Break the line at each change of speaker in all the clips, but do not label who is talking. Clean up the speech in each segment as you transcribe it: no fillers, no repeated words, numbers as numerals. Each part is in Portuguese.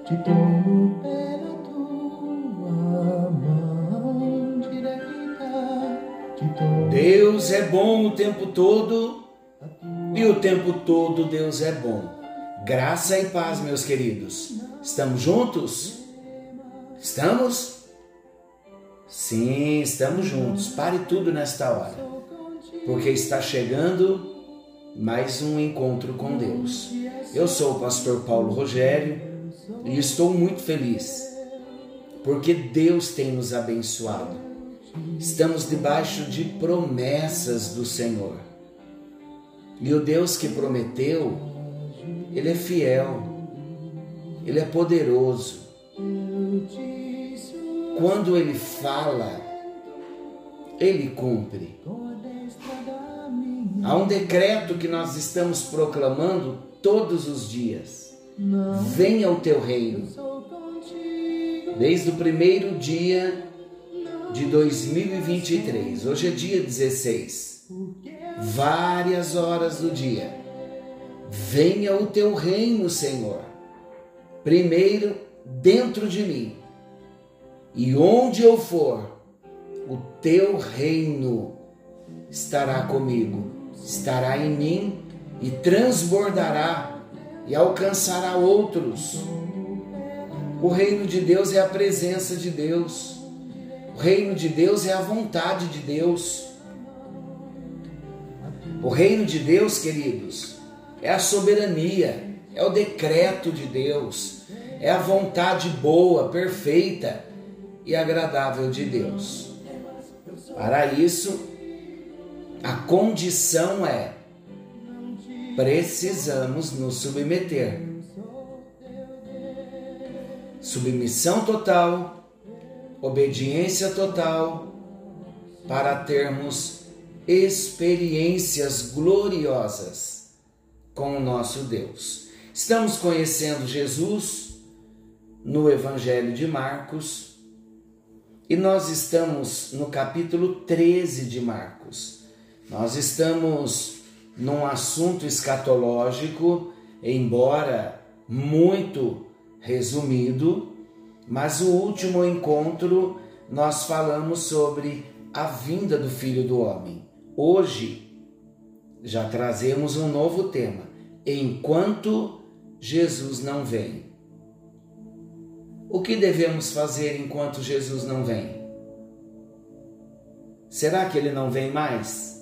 te tomo pela tua mão direita, te tomo.
Deus é bom o tempo todo e o tempo todo Deus é bom. Graça e paz, meus queridos. Estamos juntos? Estamos? Sim, estamos juntos. Pare tudo nesta hora, porque está chegando mais um encontro com Deus. Eu sou o pastor Paulo Rogério e estou muito feliz, porque Deus tem nos abençoado. Estamos debaixo de promessas do Senhor. E o Deus que prometeu, Ele é fiel, Ele é poderoso. Quando Ele fala, Ele cumpre. Há um decreto que nós estamos proclamando todos os dias. Venha o teu reino. Desde o primeiro dia de 2023, hoje é dia 16, várias horas do dia. Venha o teu reino, Senhor. Primeiro dentro de mim. E onde eu for, o teu reino estará comigo, estará em mim e transbordará e alcançará outros. O reino de Deus é a presença de Deus. O reino de Deus é a vontade de Deus. O reino de Deus, queridos, é a soberania, é o decreto de Deus, é a vontade boa, perfeita e agradável de Deus. Para isso, a condição é: precisamos nos submeter. Submissão total, obediência total, para termos experiências gloriosas com o nosso Deus. Estamos conhecendo Jesus no Evangelho de Marcos e nós estamos no capítulo 13 de Marcos. Nós estamos num assunto escatológico, embora muito resumido, mas o último encontro nós falamos sobre a vinda do Filho do Homem. Hoje já trazemos um novo tema: enquanto Jesus não vem. O que devemos fazer enquanto Jesus não vem? Será que ele não vem mais?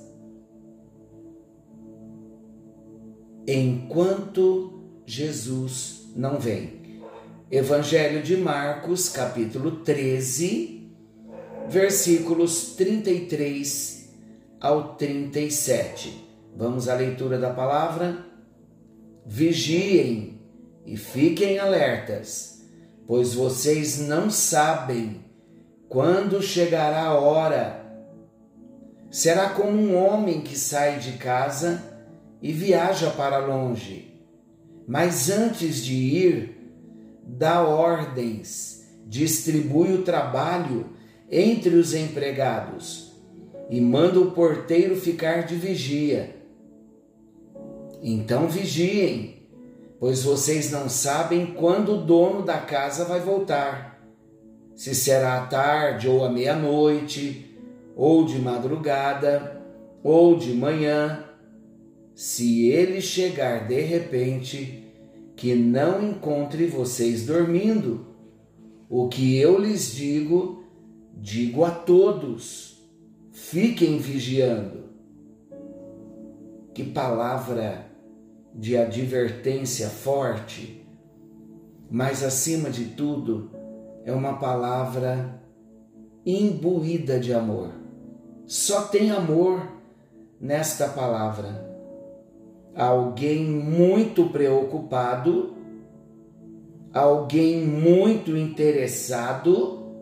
Enquanto Jesus não vem. Evangelho de Marcos, capítulo 13, versículos 33 ao 37. Vamos à leitura da palavra. Vigiem e fiquem alertas, pois vocês não sabem quando chegará a hora. Será como um homem que sai de casa e viaja para longe, mas antes de ir, dá ordens, distribui o trabalho entre os empregados e manda o porteiro ficar de vigia. Então vigiem, pois vocês não sabem quando o dono da casa vai voltar, se será à tarde ou à meia-noite, ou de madrugada, ou de manhã. Se ele chegar de repente, que não encontre vocês dormindo. O que eu lhes digo, digo a todos: fiquem vigiando. Que palavra de advertência forte, mas acima de tudo, é uma palavra imbuída de amor. Só tem amor nesta palavra. Alguém muito preocupado, alguém muito interessado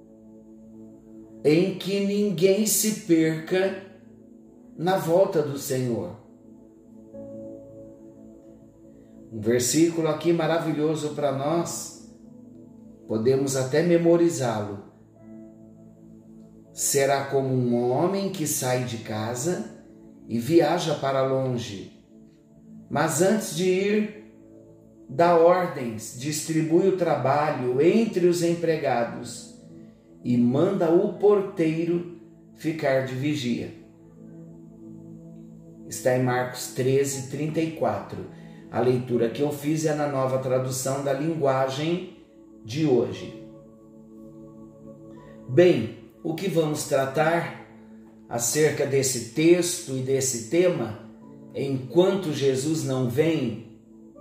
em que ninguém se perca na volta do Senhor. Um versículo aqui maravilhoso para nós, podemos até memorizá-lo. Será como um homem que sai de casa e viaja para longe, mas antes de ir, dá ordens, distribui o trabalho entre os empregados e manda o porteiro ficar de vigia. Está em Marcos 13, 34. A leitura que eu fiz é na Nova Tradução da Linguagem de hoje. Bem, o que vamos tratar acerca desse texto e desse tema, enquanto Jesus não vem,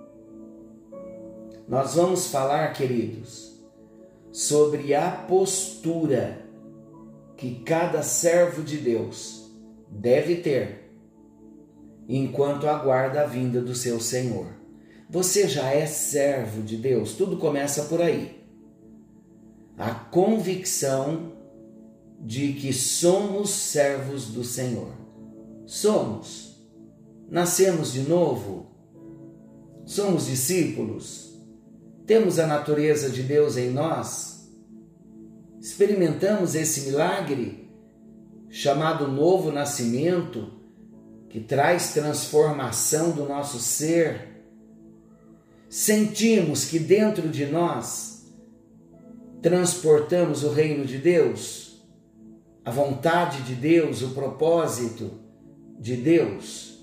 nós vamos falar, queridos, sobre a postura que cada servo de Deus deve ter enquanto aguarda a vinda do seu Senhor. Você já é servo de Deus? Tudo começa por aí. A convicção de que somos servos do Senhor. Somos. Nascemos de novo. Somos discípulos. Temos a natureza de Deus em nós. Experimentamos esse milagre chamado novo nascimento, que traz transformação do nosso ser. Sentimos que dentro de nós transportamos o reino de Deus, a vontade de Deus, o propósito de Deus.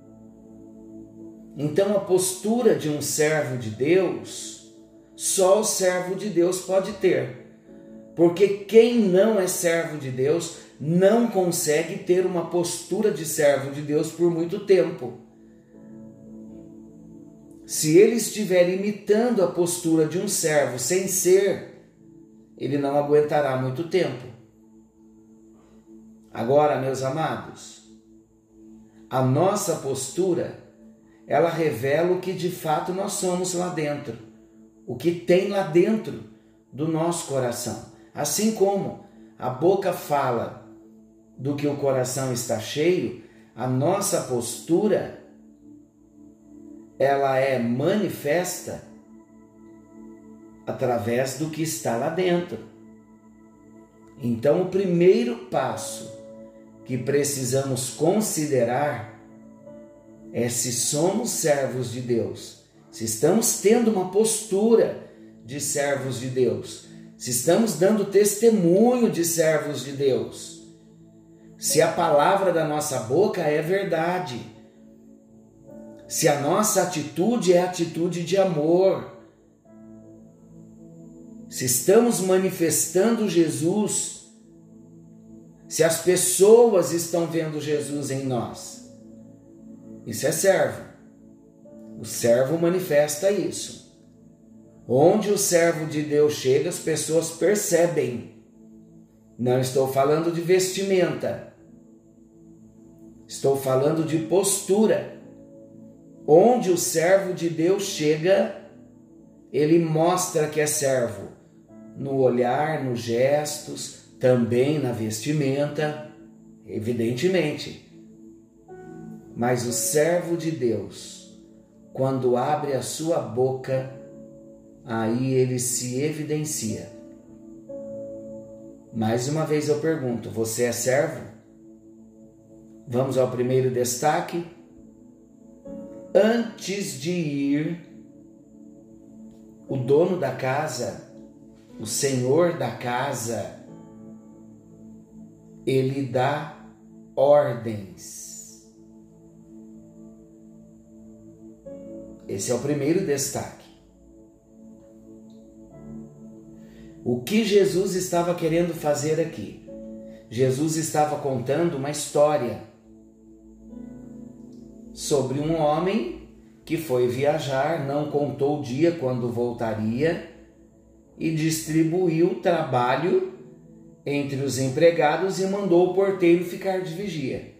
Então, a postura de um servo de Deus, só o servo de Deus pode ter. Porque quem não é servo de Deus não consegue ter uma postura de servo de Deus por muito tempo. Se ele estiver imitando a postura de um servo sem ser, ele não aguentará muito tempo. Agora, meus amados, a nossa postura, ela revela o que de fato nós somos lá dentro, o que tem lá dentro do nosso coração. Assim como a boca fala do que o coração está cheio, a nossa postura, ela é manifesta através do que está lá dentro. Então, o primeiro passo que precisamos considerar é se somos servos de Deus, se estamos tendo uma postura de servos de Deus, se estamos dando testemunho de servos de Deus, se a palavra da nossa boca é verdade, se a nossa atitude é atitude de amor, se estamos manifestando Jesus, se as pessoas estão vendo Jesus em nós. Isso é servo. O servo manifesta isso. Onde o servo de Deus chega, as pessoas percebem. Não estou falando de vestimenta. Estou falando de postura. Onde o servo de Deus chega, ele mostra que é servo. No olhar, nos gestos, também na vestimenta, evidentemente. Mas o servo de Deus, quando abre a sua boca, aí ele se evidencia. Mais uma vez eu pergunto, você é servo? Vamos ao primeiro destaque. Antes de ir, o dono da casa, o senhor da casa, ele dá ordens. Esse é o primeiro destaque. O que Jesus estava querendo fazer aqui? Jesus estava contando uma história sobre um homem que foi viajar, não contou o dia quando voltaria e distribuiu o trabalho entre os empregados e mandou o porteiro ficar de vigia.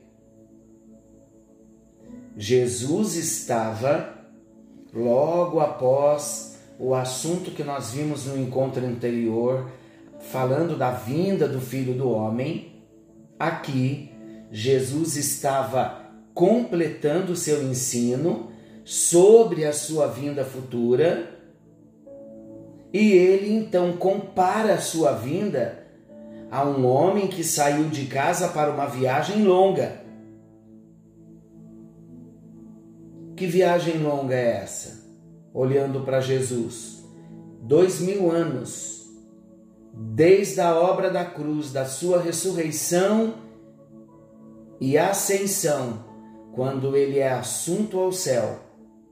Jesus estava, logo após o assunto que nós vimos no encontro anterior, falando da vinda do Filho do Homem, aqui Jesus estava completando o seu ensino sobre a sua vinda futura, e ele então compara a sua vinda a um homem que saiu de casa para uma viagem longa. Que viagem longa é essa? olhando para Jesus. 2000 anos, desde a obra da cruz, da sua ressurreição e ascensão, quando ele é assunto ao céu,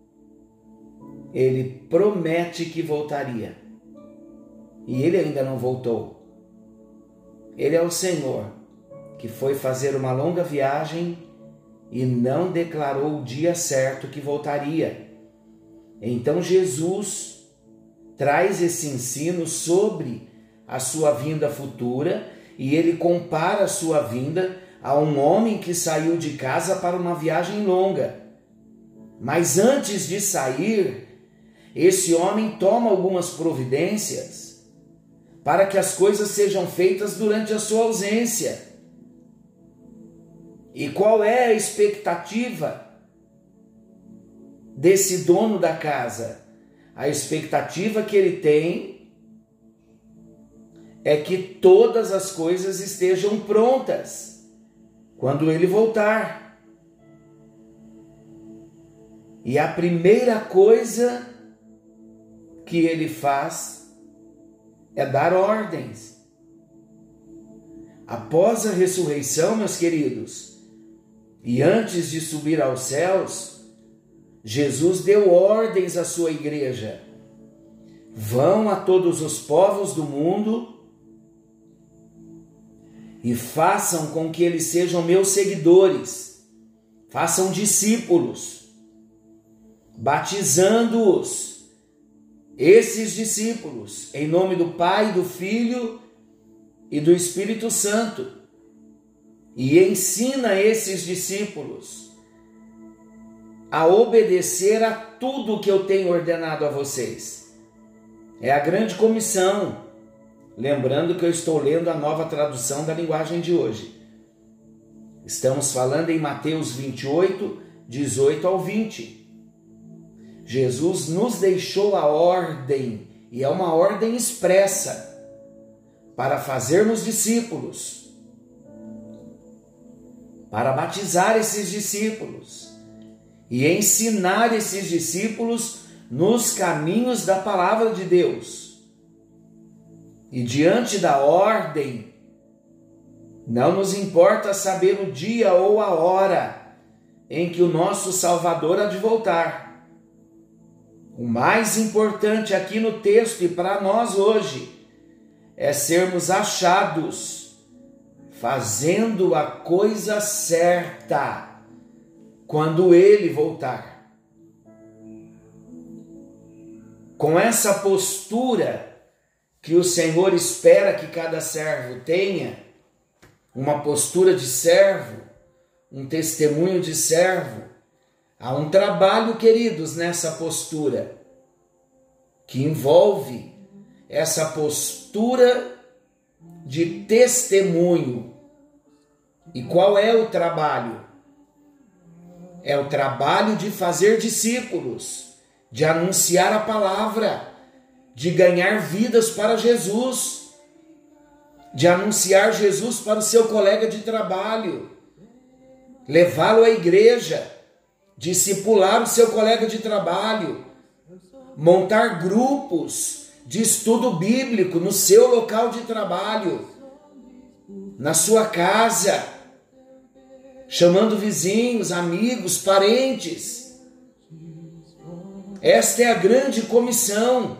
ele promete que voltaria. E ele ainda não voltou. Ele é o Senhor que foi fazer uma longa viagem e não declarou o dia certo que voltaria. Então Jesus traz esse ensino sobre a sua vinda futura e ele compara a sua vinda a um homem que saiu de casa para uma viagem longa. Mas antes de sair, esse homem toma algumas providências para que as coisas sejam feitas durante a sua ausência. E qual é a expectativa desse dono da casa? A expectativa que ele tem é que todas as coisas estejam prontas quando ele voltar. E a primeira coisa que ele faz é dar ordens. Após a ressurreição, meus queridos, e antes de subir aos céus, Jesus deu ordens à sua igreja. Vão a todos os povos do mundo e façam com que eles sejam meus seguidores. Façam discípulos, batizando-os, esses discípulos, em nome do Pai, do Filho e do Espírito Santo. E ensina esses discípulos a obedecer a tudo que eu tenho ordenado a vocês. É a grande comissão. Lembrando que eu estou lendo a Nova Tradução da Linguagem de hoje. Estamos falando em Mateus 28, 18 ao 20. Jesus nos deixou a ordem, e é uma ordem expressa, para fazermos discípulos, para batizar esses discípulos e ensinar esses discípulos nos caminhos da palavra de Deus. E diante da ordem, não nos importa saber o dia ou a hora em que o nosso Salvador há de voltar. O mais importante aqui no texto e para nós hoje é sermos achados fazendo a coisa certa quando ele voltar. Com essa postura que o Senhor espera que cada servo tenha, uma postura de servo, um testemunho de servo, há um trabalho, queridos, nessa postura, que envolve essa postura de testemunho. E qual é o trabalho? É o trabalho de fazer discípulos, de anunciar a palavra, de ganhar vidas para Jesus, de anunciar Jesus para o seu colega de trabalho, levá-lo à igreja, discipular o seu colega de trabalho, montar grupos de estudo bíblico no seu local de trabalho, na sua casa, chamando vizinhos, amigos, parentes. Esta é a grande comissão.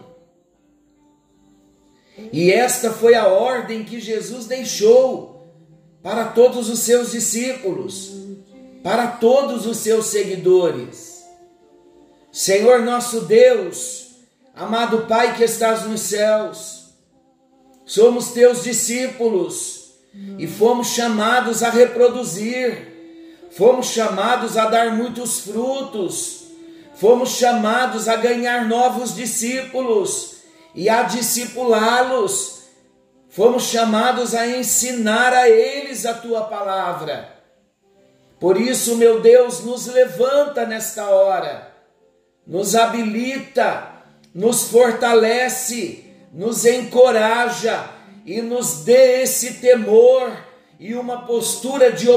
E esta foi a ordem que Jesus deixou para todos os seus discípulos, para todos os seus seguidores. Senhor nosso Deus, amado Pai que estás nos céus, somos teus discípulos e fomos chamados a reproduzir, fomos chamados a dar muitos frutos, fomos chamados a ganhar novos discípulos e a discipulá-los, fomos chamados a ensinar a eles a tua palavra. Por isso, meu Deus, nos levanta nesta hora, nos habilita, nos fortalece, nos encoraja e nos dê esse temor e uma postura de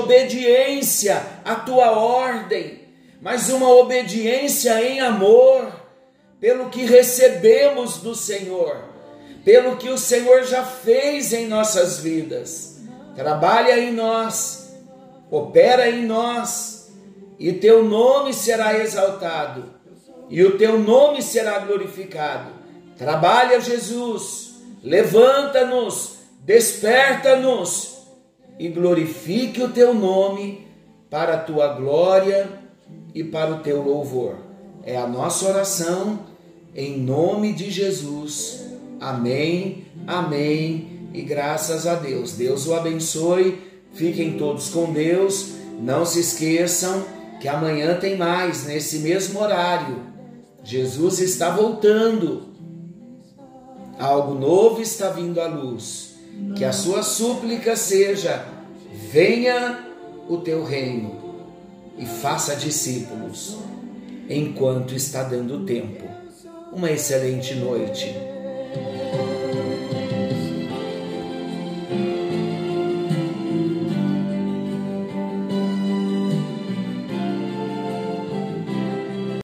obediência à tua ordem, mas uma obediência em amor, pelo que recebemos do Senhor, pelo que o Senhor já fez em nossas vidas. Trabalha em nós, opera em nós, e teu nome será exaltado, e o teu nome será glorificado. Trabalha, Jesus, levanta-nos, desperta-nos, e glorifique o teu nome para a tua glória e para o teu louvor. É a nossa oração, em nome de Jesus. Amém, amém e graças a Deus. Deus o abençoe, fiquem todos com Deus. Não se esqueçam que amanhã tem mais, nesse mesmo horário. Jesus está voltando. Algo novo está vindo à luz. Que a sua súplica seja: venha o teu reino e faça discípulos enquanto está dando tempo. Uma excelente noite.